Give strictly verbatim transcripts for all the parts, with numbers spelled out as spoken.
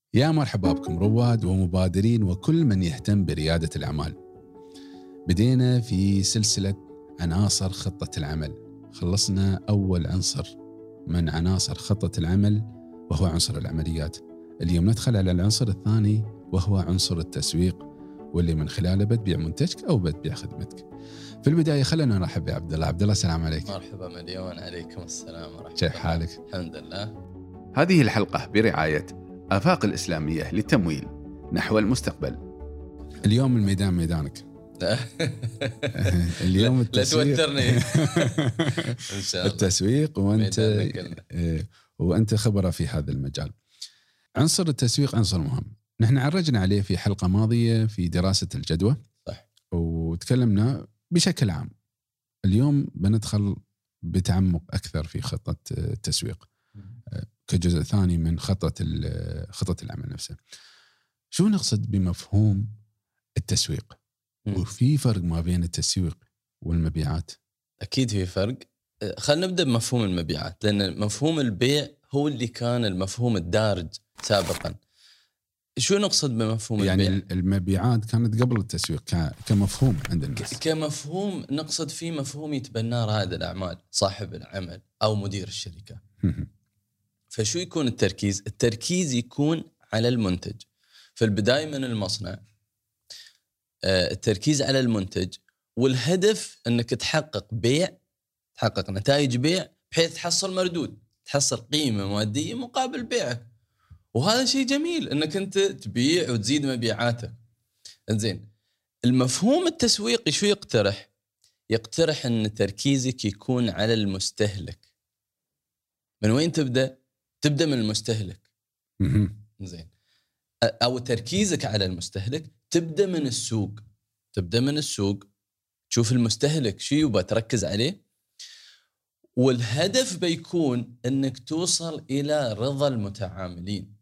يا مرحبا بكم رواد ومبادرين وكل من يهتم بريادة الأعمال. بدينا في سلسلة عناصر خطة العمل، خلصنا أول عنصر من عناصر خطة العمل وهو عنصر العمليات. اليوم ندخل على العنصر الثاني وهو عنصر التسويق، واللي من خلاله بتبيع منتجك أو بتبيع خدمتك. في البداية خلينا نرحب بعبد الله. عبد الله السلام عليكم. مرحبا مليون، عليكم السلام ورحمة الله. كيف حالك؟ الحمد لله. هذه الحلقة برعاية آفاق الإسلامية للتمويل نحو المستقبل. اليوم الميدان ميدانك. اليوم التسويق. لا توترني. إن شاء الله. التسويق وأنت إيه وأنت خبرة في هذا المجال. عنصر التسويق عنصر مهم، نحن عرجنا عليه في حلقة ماضية في دراسة الجدوى. صح. وتكلمنا بشكل عام. اليوم بندخل بتعمق أكثر في خطة التسويق كجزء ثاني من خطة خطة العمل نفسه. شو نقصد بمفهوم التسويق؟ م. وفي فرق ما بين التسويق والمبيعات؟ أكيد في فرق. خلينا نبدأ بمفهوم المبيعات، لأن مفهوم البيع هو اللي كان المفهوم الدارج سابقا. شو نقصد بمفهوم يعني البيع؟ يعني المبيعات كانت قبل التسويق كمفهوم عند الناس. كمفهوم نقصد فيه مفهوم يتبناه رائد الأعمال، صاحب العمل أو مدير الشركة. فشو يكون التركيز؟ التركيز يكون على المنتج في البداية من المصنع. التركيز على المنتج، والهدف أنك تحقق بيع، تحقق نتائج بيع بحيث تحصل مردود، تحصل قيمة مادية مقابل بيعك. وهذا شيء جميل أنك أنت تبيع وتزيد مبيعاتك. زين، المفهوم التسويقي شو يقترح؟ يقترح أن تركيزك يكون على المستهلك. من وين تبدأ؟ تبدأ من المستهلك. زين، أو تركيزك على المستهلك تبدأ من السوق. تبدأ من السوق، تشوف المستهلك شو يبغى تركز عليه، والهدف بيكون أنك توصل إلى رضا المتعاملين.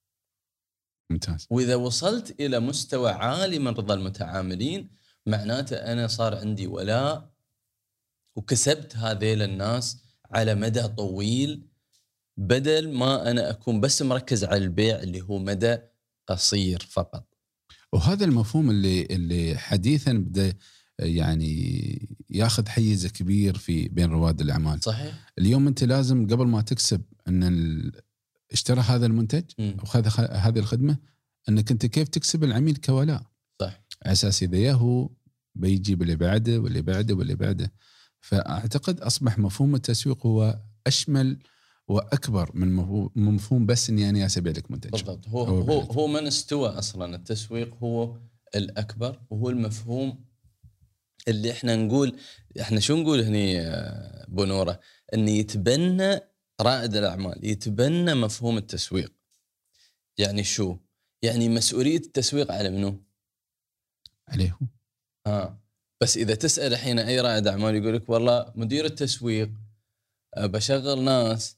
ممتاز. وإذا وصلت إلى مستوى عالي من رضا المتعاملين معناته أنا صار عندي ولاء وكسبت هذيل الناس على مدى طويل، بدل ما أنا أكون بس مركز على البيع اللي هو مدى قصير فقط. وهذا المفهوم اللي اللي حديثا بدأ يعني ياخذ حيز كبير في بين رواد الأعمال. صحيح. اليوم أنت لازم قبل ما تكسب أن ال... اشترى هذا المنتج م. أو خذ هذه الخدمة، أنك أنت كيف تكسب العميل كولاء. صح. أساس إذا هو بيجيب اللي بعده واللي بعده واللي بعده. فأعتقد أصبح مفهوم التسويق هو أشمل وأكبر من مفهوم بس إني أنا أبيع لك منتج. بالضبط. هو هو هو من استوى أصلاً التسويق هو الأكبر، وهو المفهوم اللي إحنا نقول إحنا شو نقول هني بنورة، إن يتبنى رائد الأعمال يتبنى مفهوم التسويق. يعني شو؟ يعني مسؤولية التسويق على منو؟ عليه. آه. بس إذا تسأل حين أي رائد أعمال يقول لك والله مدير التسويق، بشغل ناس،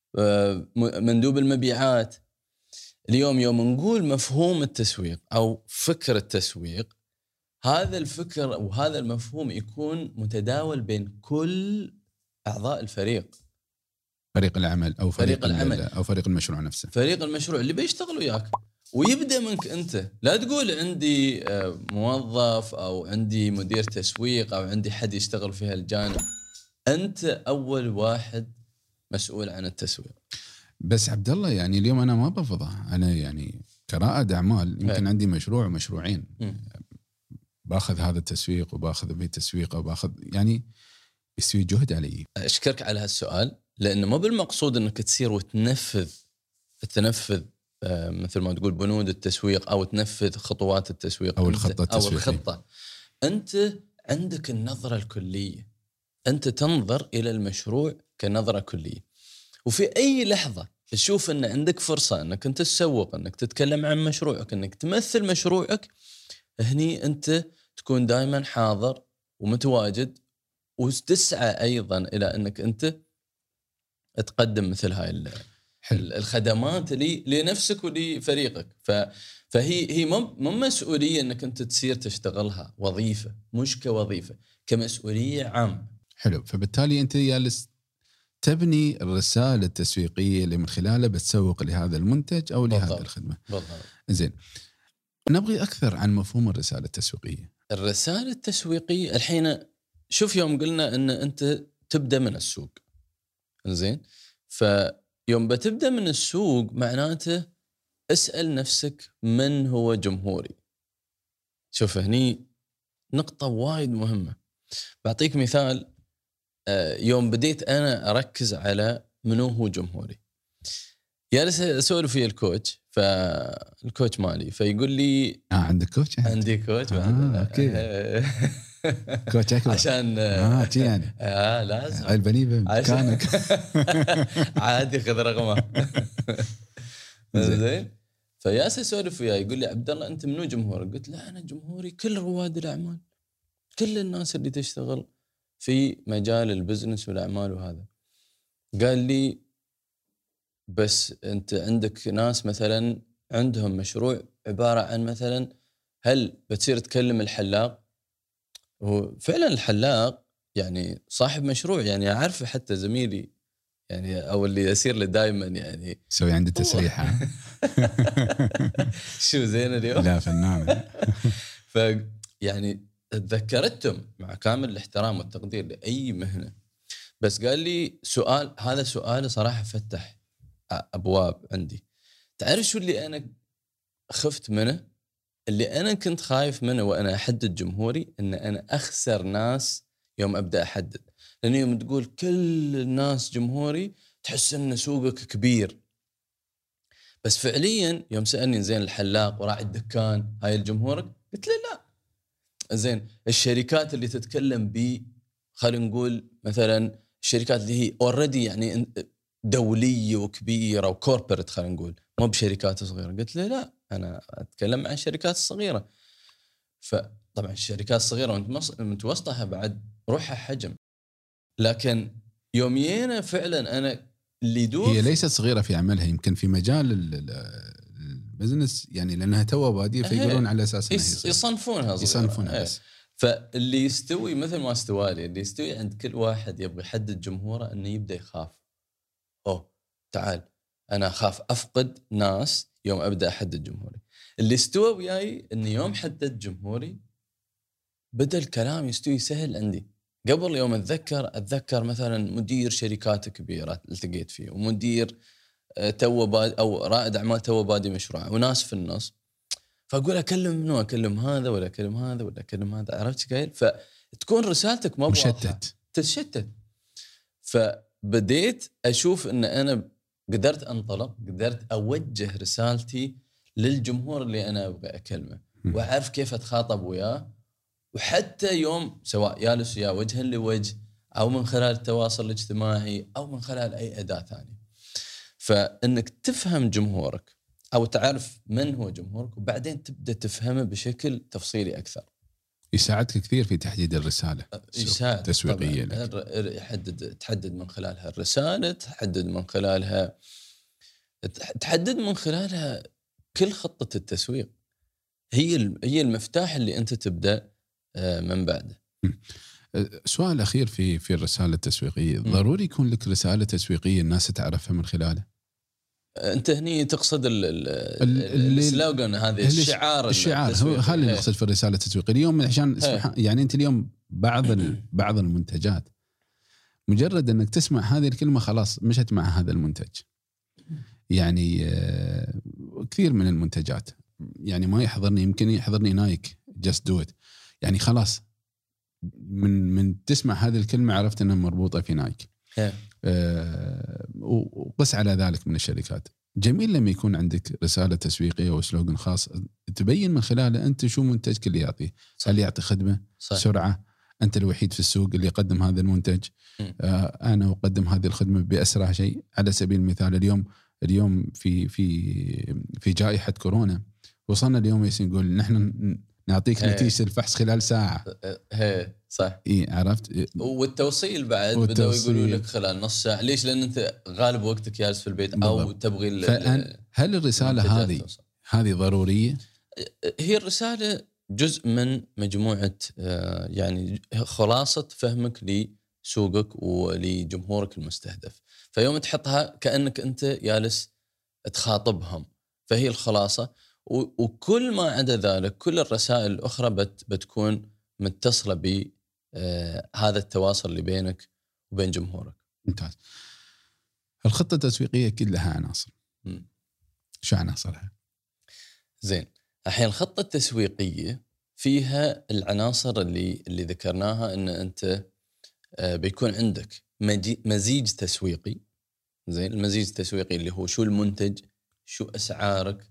مندوب المبيعات. اليوم يوم نقول مفهوم التسويق أو فكر التسويق، هذا الفكر وهذا المفهوم يكون متداول بين كل أعضاء الفريق، فريق العمل أو فريق, فريق العمل أو فريق المشروع نفسه، فريق المشروع اللي بيشتغل وياك. ويبدأ منك أنت، لا تقول عندي موظف أو عندي مدير تسويق أو عندي حد يشتغل في هالجانب. أنت أول واحد مسؤول عن التسويق. بس عبد الله يعني اليوم أنا ما بفضح، أنا يعني كرائد أعمال يمكن هي. عندي مشروع ومشروعين، م. باخذ هذا التسويق وباخذ به تسويق وباخذ يعني يسوي جهد علي. أشكرك على هالسؤال، لأنه ما بالمقصود أنك تصير وتنفذ تنفذ مثل ما تقول بنود التسويق أو تنفذ خطوات التسويق أو الخطة التسويقية. أو الخطة. أنت عندك النظرة الكلية، أنت تنظر إلى المشروع كنظرة كلية. وفي أي لحظة تشوف أن عندك فرصة أنك أنت تسوق، أنك تتكلم عن مشروعك، أنك تمثل مشروعك، هني أنت تكون دائما حاضر ومتواجد، وتسعى أيضا إلى أنك أنت تقدم مثل هاي الخدمات لي لنفسك ولفريقك. فهي هي مو مسؤولية أنك أنت تصير تشتغلها وظيفة، مش كوظيفة، كمسؤولية عامة. حلو. فبالتالي أنت جالس تبني الرسالة التسويقية اللي من خلالها بتسوق لهذا المنتج أو لهذه بالضبط. الخدمة. بالضبط. زين، نبغي أكثر عن مفهوم الرسالة التسويقية. الرسالة التسويقية الحين شوف، يوم قلنا أن أنت تبدأ من السوق، زين، فيوم بتبدأ من السوق معناته اسأل نفسك من هو جمهوري. شوف هني نقطة وايد مهمة. بعطيك مثال. يوم بديت أنا أركز على منو هو جمهوري، جالس أسولف ويا الكوتش، فالكوتش مالي فيقول لي آه عندك كوتش؟ عندي كوتش. آه أوكي. كوتش أكبر عشان آه يعني آه لازم البنيبة مكانك. عادي خذ رقمه. زين. فياس يسولف وياي يقول لي عبد الله أنت منو جمهورك؟ قلت له أنا جمهوري كل رواد الأعمال، كل الناس اللي تشتغل في مجال البزنس والأعمال وهذا. قال لي بس أنت عندك ناس مثلا عندهم مشروع عبارة عن مثلا هل بتصير تكلم الحلاق؟ هو فعلا الحلاق يعني صاحب مشروع، يعني أعرفه حتى زميلي يعني أو اللي يصير له دائما يعني سوي عندي تسريحة. شو زين اليوم؟ لا فنان. ف يعني تذكرتهم مع كامل الاحترام والتقدير لأي مهنة، بس قال لي سؤال، هذا سؤال صراحة فتح أبواب عندي. تعرف شو اللي أنا خفت منه؟ اللي أنا كنت خايف منه وأنا أحدد جمهوري، إن أنا أخسر ناس يوم أبدأ أحدد. لأن يوم تقول كل الناس جمهوري تحس إن سوقك كبير، بس فعليا يوم سألني زين الحلاق وراعي الدكان هاي الجمهورك؟ قلت له لا. زين الشركات اللي تتكلم ب خلينا نقول مثلا الشركات اللي هي اوريدي يعني دوليه وكبيره وكوربريت، خلينا نقول مو بشركات صغيره. قلت له لا، انا اتكلم عن الشركات الصغيره. فطبعا الشركات الصغيره وانت متوسطها بعد روحها حجم، لكن يوم جينا فعلا انا اللي يدور هي ليست صغيره في عملها، يمكن في مجال البزنس يعني لانها تو باديه فيقولون على اساس يصنفونها يصنفونها بس. فاللي يستوي مثل ما استوالي، اللي يستوي عند كل واحد يبغى يحدد جمهوره انه يبدا يخاف. اوه تعال انا اخاف افقد ناس يوم ابدا احدد جمهوري. اللي استوى وياي اني يوم حددت جمهوري بدا الكلام يستوي سهل عندي. قبل يوم اتذكر اتذكر مثلا مدير شركات كبيره التقيت فيه، ومدير تو باد او رائد اعمال تو بادي مشروع، وناس في النص. فاقول اكلم منو؟ اكلم هذا ولا اكلم هذا ولا اكلم هذا؟ عرفت قايل؟ فتكون رسالتك ما مشتت، تتشتت. فبديت اشوف ان انا قدرت انطلق، قدرت اوجه رسالتي للجمهور اللي انا ابغى اكلمه، واعرف كيف اتخاطب وياه. وحتى يوم سواء جالس وياه وجها لوجه او من خلال التواصل الاجتماعي او من خلال اي اداه ثانيه، فانك تفهم جمهورك او تعرف من هو جمهورك، وبعدين تبدا تفهمه بشكل تفصيلي اكثر. يساعدك كثير في تحديد الرساله يساعد التسويقيه لك. يحدد تحدد من خلالها الرساله، تحدد من خلالها تحدد من خلالها كل خطه التسويق. هي هي المفتاح اللي انت تبدا من بعده. سؤال اخير في في الرساله التسويقيه، م. ضروري يكون لك رساله تسويقيه الناس تعرفها من خلاله؟ انت هني تقصد السلوغان هذا الشعار الشعار هو هل نقصد في الرساله التسويقيه اليوم؟ عشان يعني انت اليوم بعض بعض المنتجات مجرد انك تسمع هذه الكلمه خلاص مشت مع هذا المنتج. يعني كثير من المنتجات يعني ما يحضرني، يمكن يحضرني نايك جاست دو ات، يعني خلاص من من تسمع هذه الكلمه عرفت انها مربوطه في نايك. أه وقس على ذلك من الشركات. جميل لما يكون عندك رساله تسويقيه وسلوغن خاص تبين من خلاله انت شو منتجك اللي يعطيه. هل يعطي خدمه صح. سرعه، انت الوحيد في السوق اللي يقدم هذا المنتج. أه انا اقدم هذه الخدمه باسرع شيء. على سبيل المثال اليوم اليوم في في في جائحه كورونا وصلنا اليوم يقول نحن نعطيك نتيجة الفحص خلال ساعة. هي صح. إيه عرفت. والتوصيل بعد بدأوا يقولوا لك خلال نص ساعة. ليش؟ لأن أنت غالب وقتك جالس في البيت أو بالضبط. تبغي. هل الرسالة هذه هذه ضرورية؟ هي الرسالة جزء من مجموعة يعني خلاصة فهمك سوقك ولجمهورك المستهدف. فيوم تحطها كأنك أنت جالس تخاطبهم، فهي الخلاصة. وكل ما عدا ذلك كل الرسائل الأخرى بت بتكون متصلة بهذا التواصل اللي بينك وبين جمهورك. ممتاز. الخطة التسويقية كلها عناصر. م. شو عناصرها؟ زين، الحين الخطة التسويقية فيها العناصر اللي اللي ذكرناها، ان انت بيكون عندك مزيج تسويقي. زين، المزيج التسويقي اللي هو شو المنتج، شو اسعارك،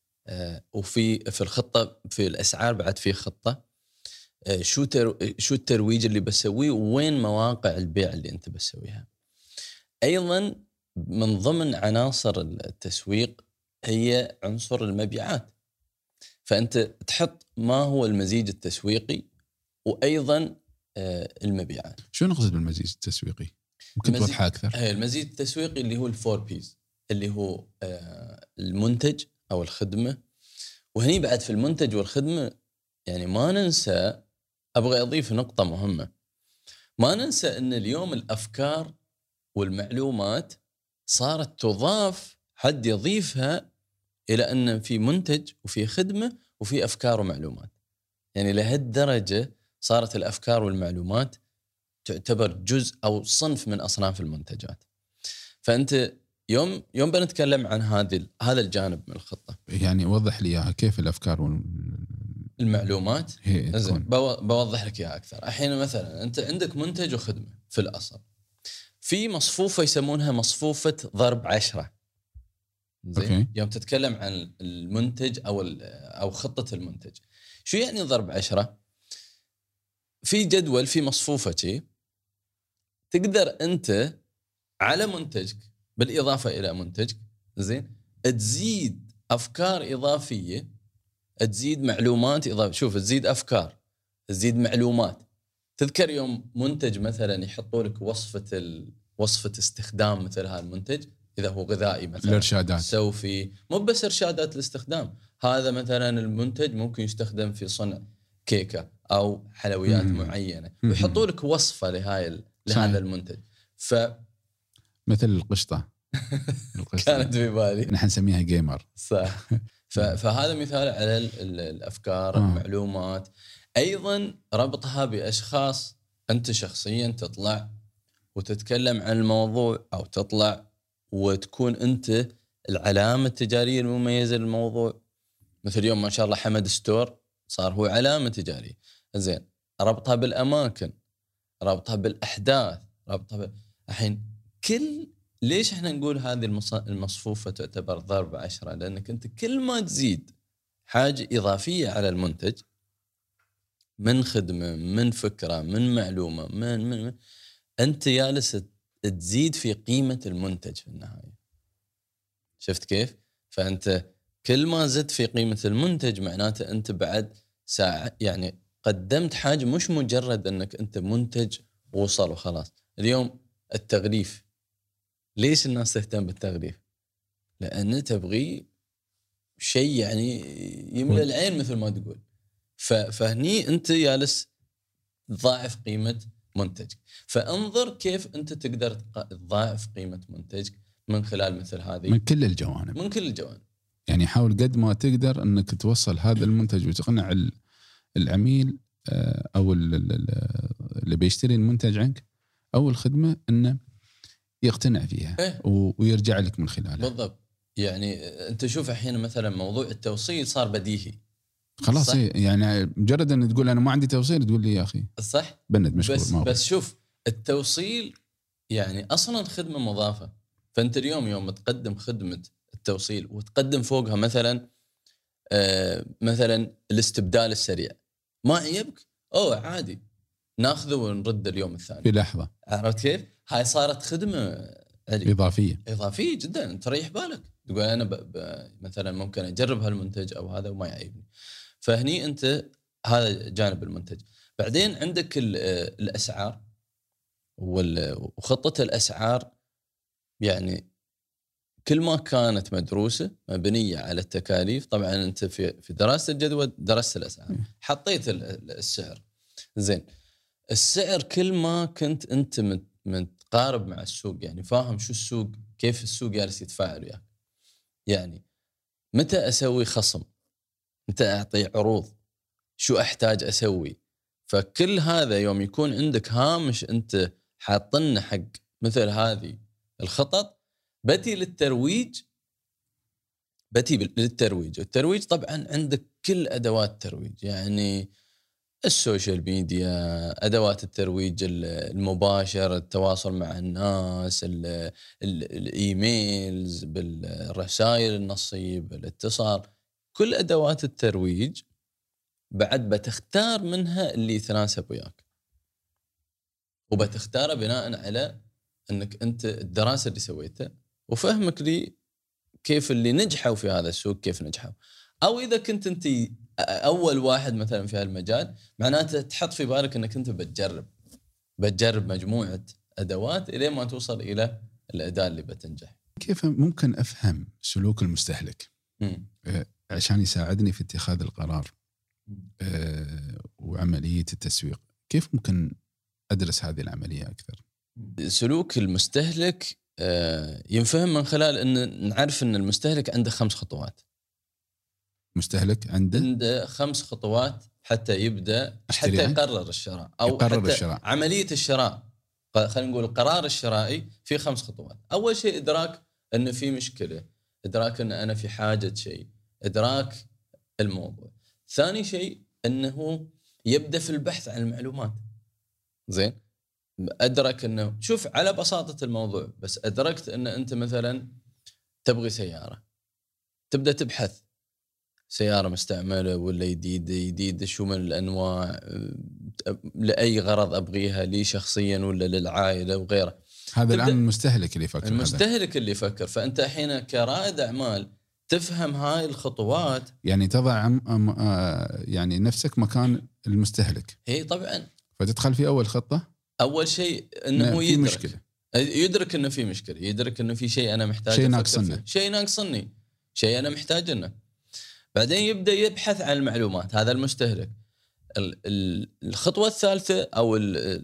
وفي في الخطة في الاسعار بعد في خطة شو تر شو الترويج اللي بسويه، وين مواقع البيع اللي انت بسويها. ايضا من ضمن عناصر التسويق هي عنصر المبيعات. فأنت تحط ما هو المزيج التسويقي وأيضا المبيعات. شو نقصد بالمزيج التسويقي؟ ممكن توضحها أكثر؟ المزيج التسويقي اللي هو الفور بيز، اللي هو المنتج أو الخدمة. وهني بعد في المنتج والخدمة يعني ما ننسى، أبغى أضيف نقطة مهمة، ما ننسى أن اليوم الأفكار والمعلومات صارت تضاف، حد يضيفها إلى أن في منتج وفي خدمة وفي أفكار ومعلومات. يعني لهالدرجة صارت الأفكار والمعلومات تعتبر جزء أو صنف من أصناف المنتجات. فأنت يوم يوم بنتكلم عن هذه هذا الجانب من الخطة. يعني وضح لي إياها، كيف الأفكار والمعلومات؟ زين، بوضح لك إياها أكثر. الحين مثلا أنت عندك منتج وخدمة في الأصل، في مصفوفة يسمونها مصفوفة ضرب عشرة. زين، يوم تتكلم عن المنتج أو أو خطة المنتج، شو يعني ضرب عشرة؟ في جدول، في مصفوفة شيء تقدر أنت على منتجك بالإضافة إلى منتجك، زين، تزيد أفكار إضافية، تزيد معلومات إضافية. شوف، تزيد أفكار، تزيد معلومات. تذكر يوم منتج مثلا يحطوا لك وصفة ال... وصفة استخدام مثل هذا المنتج، إذا هو غذائي مثلا، الإرشادات، سوفي، مو بس إرشادات الاستخدام. هذا مثلا المنتج ممكن يستخدم في صنع كيكة أو حلويات مم. معينة، ويحطوا لك وصفة لهاي ال... لهذا المنتج. ف مثل القشطة, القشطة كانت في بالي، نحن نسميها جيمر، صح. ف... فهذا مثال على ال... الأفكار، آه. المعلومات. أيضا ربطها بأشخاص أنت شخصيا تطلع وتتكلم عن الموضوع، أو تطلع وتكون أنت العلامة التجارية المميزة للموضوع. مثل اليوم ما شاء الله حمد ستور صار هو علامة تجارية. زين، ربطها بالأماكن، ربطها بالأحداث، ربطها ب... الحين كل ليش احنا نقول هذه المص... المصفوفة تعتبر ضرب عشرة؟ لأنك أنت كل ما تزيد حاجة إضافية على المنتج، من خدمة، من فكرة، من معلومة، من, من, من أنت جالس تزيد في قيمة المنتج في النهاية. شفت كيف؟ فأنت كل ما زدت في قيمة المنتج معناته أنت بعد ساعة يعني قدمت حاجة، مش مجرد أنك أنت منتج وصل وخلاص. اليوم التغليف، ليش الناس تهتم بالتغليف؟ لأن تبغي شيء يعني يملأ العين مثل ما تقول. فهني أنت جالس تضاعف قيمة منتجك. فانظر كيف أنت تقدر تضاعف قيمة منتجك من خلال مثل هذه، من كل الجوانب، من كل الجوانب. يعني حاول قد ما تقدر أنك توصل هذا المنتج وتقنع العميل أو اللي بيشتري المنتج عنك أو الخدمة أنه يقتنع فيها إيه؟ ويرجع لك من خلالها. بالضبط. يعني أنت شوف أحيانا مثلا موضوع التوصيل صار بديهي خلاص، يعني مجرد أن تقول أنا ما عندي توصيل تقول لي يا أخي صح بند مشغول. بس, بس شوف التوصيل يعني أصلا خدمة مضافة. فأنت اليوم يوم تقدم خدمة التوصيل وتقدم فوقها مثلا آه مثلا الاستبدال السريع، ما عيبك، أوه عادي ناخذه ونرد اليوم الثاني في لحظة. عرفت كيف؟ هاي صارت خدمة علي. إضافية إضافية جدا، تريح بالك، تقول أنا ب... ب... مثلا ممكن أجرب هالمنتج أو هذا وما يعيبني. فهني أنت هذا جانب المنتج. بعدين عندك الأسعار وخطة الأسعار. يعني كل ما كانت مدروسة مبنية على التكاليف، طبعا أنت في في دراسة الجدوى درست الأسعار، حطيت السعر، زين، السعر كل ما كنت انت مت- متقارب مع السوق، يعني فاهم شو السوق، كيف السوق جالس يتفاعل وياك. يعني متى اسوي خصم، متى اعطي عروض، شو احتاج اسوي. فكل هذا يوم يكون عندك هامش انت حاطنه حق مثل هذه الخطط، بتي للترويج بتي بال- للترويج. الترويج طبعا عندك كل ادوات الترويج، يعني السوشيال ميديا، ادوات الترويج ال- المباشر، التواصل مع الناس، ال- ال- الايميلز، بالرسائل النصيه، بالاتصال، كل ادوات الترويج بعد بتختار منها اللي يتناسب وياك، وبتختاره بناء على انك انت الدراسه اللي سويتها وفهمك لي كيف اللي نجحوا في هذا السوق كيف نجحوا. او اذا كنت انت اول واحد مثلا في هالمجال، معناته تحط في بالك انك انت بتجرب بتجرب مجموعه ادوات الى ما توصل الى الاداه اللي بتنجح. كيف ممكن افهم سلوك المستهلك مم. آه، عشان يساعدني في اتخاذ القرار آه، وعمليه التسويق؟ كيف ممكن ادرس هذه العمليه اكثر؟ سلوك المستهلك آه، ينفهم من خلال ان نعرف ان المستهلك عنده خمس خطوات. مستهلك عنده عنده خمس خطوات حتى يبدا، أشتري حتى عنك؟ يقرر الشراء او يقرر حتى الشراء. عمليه الشراء. ق- خلينا نقول القرار الشرائي في خمس خطوات. اول شيء ادراك ان في مشكله، ادراك ان انا في حاجه شيء، ادراك الموضوع. ثاني شيء انه يبدا في البحث عن المعلومات. زين، ادرك انه شوف على بساطه الموضوع، بس ادركت ان انت مثلا تبغي سياره، تبدا تبحث سيارة مستعملة ولا جديدة، جديدة شو من الأنواع، لأي غرض أبغيها، لي شخصيا ولا للعائلة وغيره. هذا الآن المستهلك اللي يفكر. المستهلك اللي يفكر. فأنت الحين كرائد أعمال تفهم هاي الخطوات، يعني تضع عم أم آه يعني نفسك مكان المستهلك. هي طبعا فتدخل في أول خطة. أول شيء أنه في يدرك مشكلة. يدرك أنه في مشكلة، يدرك أنه في شيء أنا محتاج شيء أفكر ناقصني. فيه. شيء ناقصني، شيء أنا محتاج أنه. بعدين يبدأ يبحث عن المعلومات. هذا المستهلك. الخطوة الثالثة أو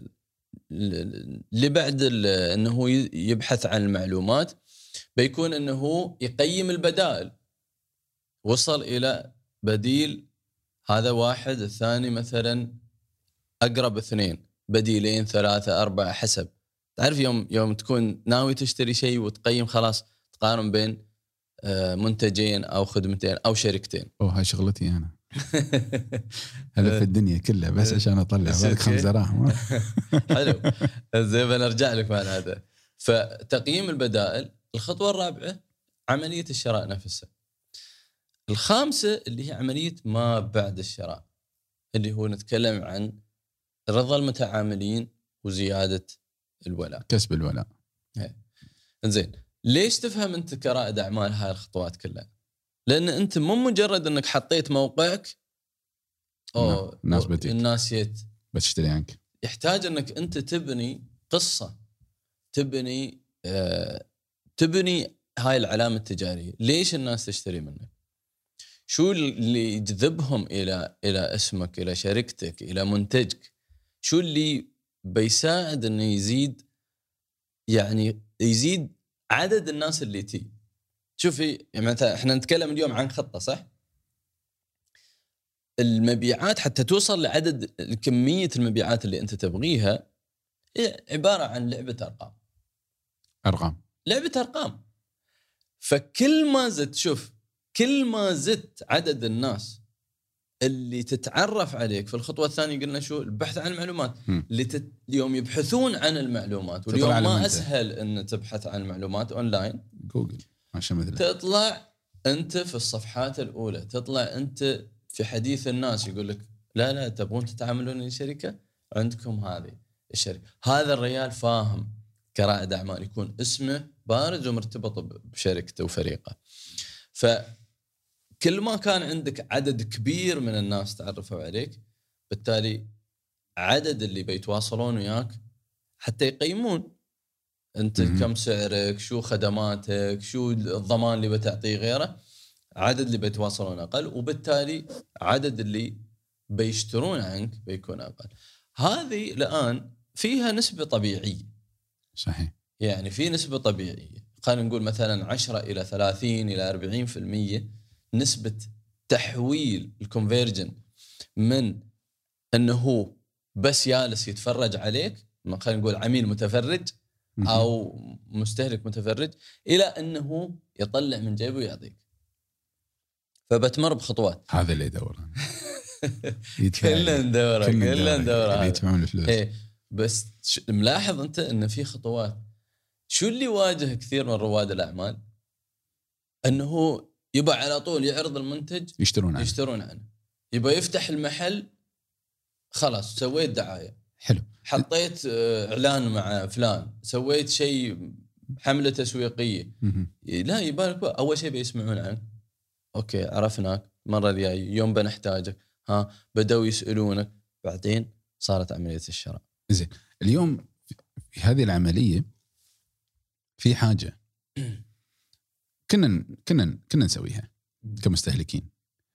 اللي بعد أنه يبحث عن المعلومات بيكون أنه يقيم البدائل. وصل إلى بديل، هذا واحد، الثاني مثلا أقرب اثنين، بديلين، ثلاثة، أربعة، حسب. تعرف يوم يوم تكون ناوي تشتري شيء وتقيم، خلاص تقارن بين منتجين أو خدمتين أو شركتين. أوه هاي شغلتي أنا. هلا في الدنيا كلها بس عشان أطلع بالك خمس دراهم. حلو، زين بنرجع لك مع هذا. فتقييم البدائل. الخطوة الرابعة عملية الشراء نفسها. الخامسة اللي هي عملية ما بعد الشراء، اللي هو نتكلم عن رضا المتعاملين وزيادة الولاء، كسب الولاء. زين، ليش تفهم أنت كرائد أعمال هاي الخطوات كلها؟ لأن أنت مو مجرد أنك حطيت موقعك أو الناس بتيك، الناس يت بتشتري عنك. يحتاج أنك أنت تبني قصة، تبني آه تبني هاي العلامة التجارية. ليش الناس تشتري منك؟ شو اللي يجذبهم إلى إلى اسمك، إلى شركتك، إلى منتجك؟ شو اللي بيساعد إنه يزيد، يعني يزيد عدد الناس اللي تي. شوفي يعني مثلا احنا نتكلم اليوم عن خطة، صح؟ المبيعات حتى توصل لعدد كمية المبيعات اللي أنت تبغيها هي عبارة عن لعبة أرقام. أرقام. لعبة أرقام. فكل ما زدت، شوف، كل ما زدت عدد الناس اللي تتعرف عليك. في الخطوة الثانية قلنا شو؟ البحث عن المعلومات. اللي تت... اليوم يبحثون عن المعلومات، واليوم ما أسهل أن تبحث عن المعلومات أونلاين. جوجل عشان مثلا تطلع أنت في الصفحات الأولى، تطلع أنت في حديث الناس. يقول لك لا لا تبغون تتعاملون مع شركة، عندكم هذه الشركة. هذا الرجال فاهم كرائد أعمال، يكون اسمه بارز ومرتبط بشركته وفريقه. فكل ما كان عندك عدد كبير من الناس تعرفوا عليك، بالتالي عدد اللي بيتواصلون وياك حتى يقيمون أنت م- كم سعرك، شو خدماتك، شو الضمان اللي بتعطيه غيره، عدد اللي بيتواصلون أقل، وبالتالي عدد اللي بيشترون عنك بيكون أقل. هذه الآن فيها نسبة طبيعية. صحيح. يعني في نسبة طبيعية، خلينا نقول مثلا عشرة إلى ثلاثين إلى أربعين في المية نسبة تحويل الكونفيرجن من أنه هو بس جالس يتفرج عليك، خلينا نقول عميل متفرج أو مستهلك متفرج، إلى أنه يطلع من جيبه ويعطيك. فبتمر بخطوات. هذا اللي يدور. كلنا ندور كلنا ندور يدفعون الفلوس. إيه بس ملاحظ أنت أن في خطوات. شو اللي واجه كثير من رواد الأعمال؟ أنه يبقى على طول يعرض المنتج يشترون عنه يشترون عنه، يبقى يفتح المحل، خلاص سويت دعاية، حلو، حطيت إعلان مع فلان، سويت شيء حملة تسويقية. لا، يبالك أول شيء بيسمعون عنك، أوكي عرفناك، مرة الجاي يوم بنحتاجك، ها بدأوا يسألونك، بعدين صارت عملية الشراء. زين، اليوم في هذه العملية في حاجة كنا كنا كنا نسويها كمستهلكين.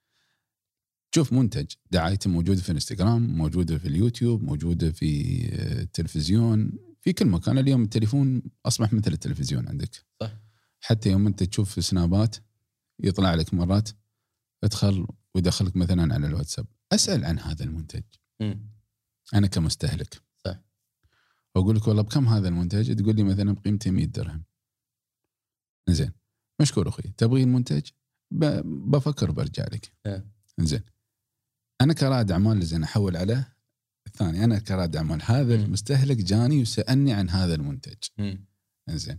تشوف منتج دعايته موجودة في الانستغرام، موجودة في اليوتيوب، موجودة في التلفزيون، في كل مكان. اليوم التليفون أصبح مثل التلفزيون عندك. صح. حتى يوم أنت تشوف سنابات يطلع لك مرات، ادخل ويدخلك مثلا على الواتساب، أسأل عن هذا المنتج. م. أنا كمستهلك صح. وأقول لك والله بكم هذا المنتج؟ تقول لي مثلا بقيمته مئة درهم. زين، مشكور أخوي، تبغي المنتج؟ بفكر برجع لك. زين، أنا كرائد أعمال لازم أحول على الثاني. أنا كرائد أعمال، هذا م. المستهلك جاني وسألني عن هذا المنتج. زين،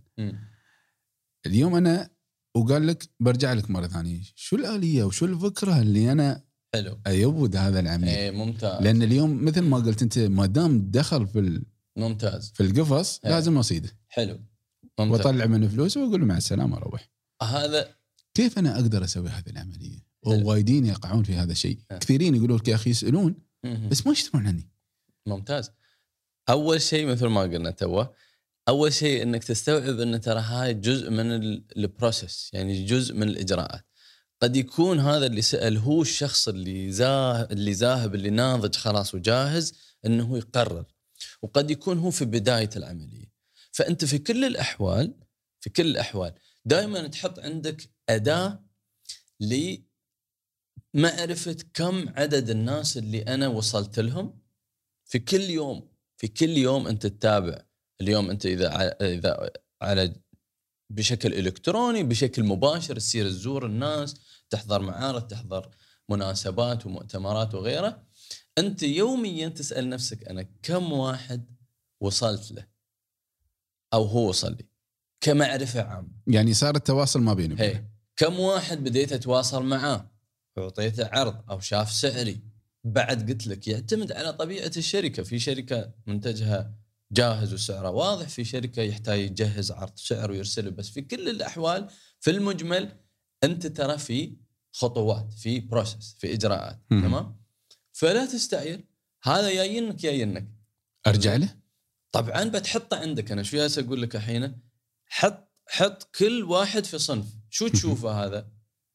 اليوم أنا وقال لك برجع لك مرة ثانية، شو الآلية وشو الفكرة اللي أنا حلو أيوب هذا العميل؟ ايه ممتاز. لأن اليوم مثل ما قلت أنت، ما دام دخل في ال... ممتاز في القفص ايه. لازم أصيده. حلو، ممتاز. وأطلع منه فلوس وأقول له مع السلامة أروح. هذا كيف أنا أقدر أسوي هذه العملية؟ ووايدين يقعون في هذا الشيء. اه. كثيرين يقولوا لك يا أخي يسألون بس ما يشترون عني. ممتاز. أول شيء مثل ما قلنا توه، أول شيء إنك تستوعب إن ترى هاي جزء من البروسيس، يعني جزء من الإجراءات. قد يكون هذا اللي سأل هو الشخص اللي زاه اللي ذاهب اللي ناضج خلاص وجاهز إنه يقرر، وقد يكون هو في بداية العملية. فأنت في كل الأحوال في كل الأحوال دائما تحط عندك أداة لمعرفة كم عدد الناس اللي أنا وصلت لهم في كل يوم. في كل يوم أنت تتابع. اليوم أنت إذا إذا على بشكل إلكتروني بشكل مباشر تصير تزور الناس، تحضر معارض، تحضر مناسبات ومؤتمرات وغيره، أنت يوميا تسأل نفسك أنا كم واحد وصلت له أو هو وصل لي كمعرفة عامة. يعني صار التواصل ما بيني وبينه. كم واحد بديت أتواصل معاه وعطيته عرض أو شاف سعري. بعد قلت لك يعتمد على طبيعة الشركة. في شركة منتجها جاهز وسعره واضح، في شركة يحتاج يجهز عرض سعر ويرسله. بس في كل الأحوال في المجمل أنت ترى في خطوات، في بروسس، في إجراءات. تمام؟ فلا تستعجل. هذا جايينك جايينك أرجع له. طبعا بتحطه عندك. أنا شو جالس أقول لك الحين؟ حط حط كل واحد في صنف. شو تشوفه هذا؟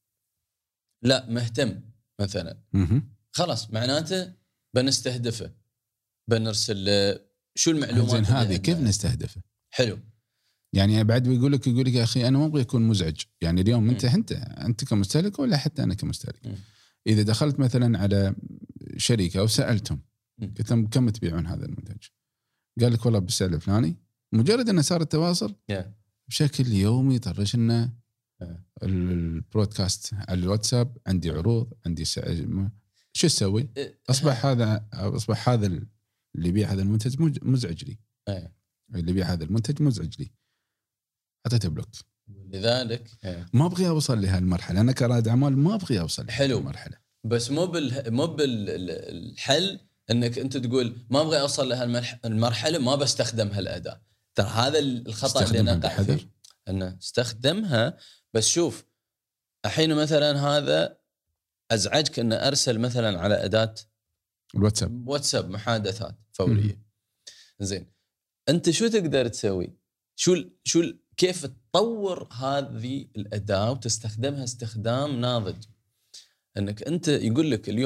لا مهتم مثلا، خلاص معناته بنستهدفه، بنرسل شو المعلومات هذه كيف نستهدفه. حلو. يعني بعد بيقول لك يقول لك يا اخي انا ما ابغى يكون مزعج. يعني اليوم م. انت انت انت كمستهلك ولا حتى انا كمستهلك، م. اذا دخلت مثلا على شركه وسالتهم قلت لهم كم تبيعون هذا المنتج، قال لك والله بالسعر الفلاني، مجرد انه صار التواصل yeah. بشكل يومي طرش لنا yeah. البرودكاست على الواتساب، عندي عروض، عندي سعر، شو تسوي؟ اصبح هذا اصبح هذا اللي يبيع هذا المنتج مزعج لي. أيه. اللي يبيع هذا المنتج مزعج لي، أعطيته بلوك. لذلك ما أبغي أوصل لهالمرحلة. أنا كرائد أعمال ما أبغي أوصل لهالمرحلة. بس مو بال مو بالحل إنك أنت تقول ما أبغي أوصل لهالمرحلة ما بستخدم هالأداة. ترى هذا الخطأ اللي نقع فيه، أنه استخدمها. بس شوف الحين مثلا هذا أزعجك إنه أرسل مثلا على أداة الواتساب واتساب محادثات فورية. زين، أنت شو تقدر تسوي؟ شو شو كيف تطور هذه الأداة وتستخدمها استخدام ناضج؟ أنك أنت يقول لك اليوم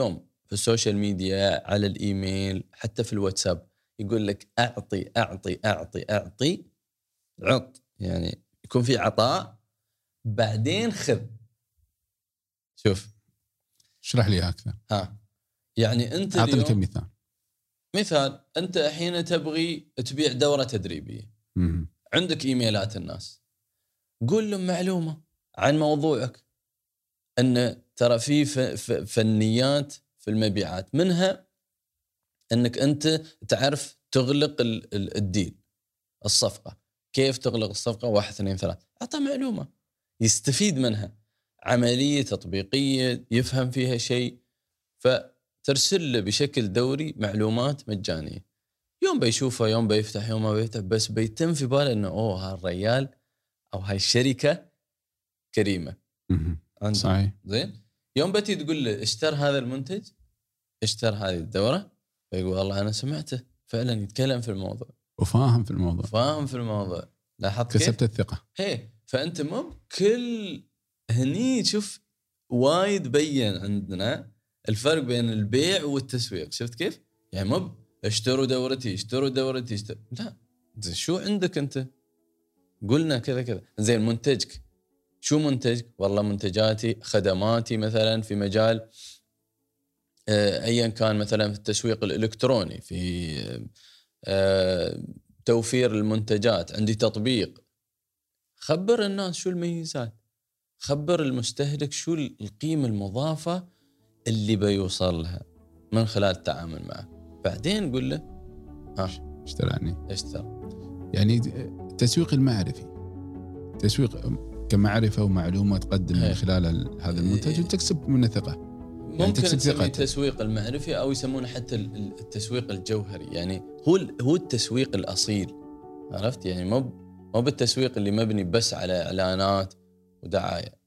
في السوشيال ميديا، على الإيميل، حتى في الواتساب، يقول لك أعطي أعطي أعطي أعطي عط، يعني يكون في عطاء بعدين خذ. شوف اشرح لي أكثر. ها يعني أنت أعطني اليوم كم مثال. مثال، أنت حين تبغي تبيع دورة تدريبية، مم. عندك إيميلات الناس، قول لهم معلومة عن موضوعك، أن ترى في فنيات في المبيعات، منها أنك أنت تعرف تغلق الديل، الصفقة، كيف تغلق الصفقة، واحد اثنين ثلاث، أعطى معلومة يستفيد منها، عملية تطبيقية يفهم فيها شيء، فترسل له بشكل دوري معلومات مجانية. يوم بيشوفها، يوم بيفتح، يوم ما بيفتح، بس بيتم في باله أنه أوه هالريال أو هاي الشركة كريمة. صحيح. زين. يوم بتي تقول له اشتر هذا المنتج، اشتر هذه الدورة، فيقول والله أنا سمعته فعلا يتكلم في الموضوع وفاهم في الموضوع، فاهم في الموضوع. لاحظت كسبت الثقة. هي فأنت مو كل هني تشوف وايد بين عندنا الفرق بين البيع والتسويق. شفت كيف؟ يعني مو اشتروا دورتي اشتروا دورتي اشتروا. لا، شو عندك أنت؟ قلنا كذا كذا. زين منتجك، شو منتجك؟ والله منتجاتي خدماتي مثلا في مجال ايا كان، مثلا في التسويق الالكتروني، في توفير المنتجات، عندي تطبيق. خبر الناس شو الميزات، خبر المستهلك شو القيمة المضافة اللي بيوصل لها من خلال التعامل معه، بعدين قل له ها اشتراني اشترى. يعني التسويق المعرفي، تسويق كمعرفة ومعلومة تقدم من خلال هذا المنتج وتكسب منه ثقة. ممكن تسميه التسويق المعرفي أو يسمونه حتى التسويق الجوهري، يعني هو هو التسويق الأصيل. عرفت؟ يعني مو مو بالتسويق اللي مبني بس على إعلانات ودعاية.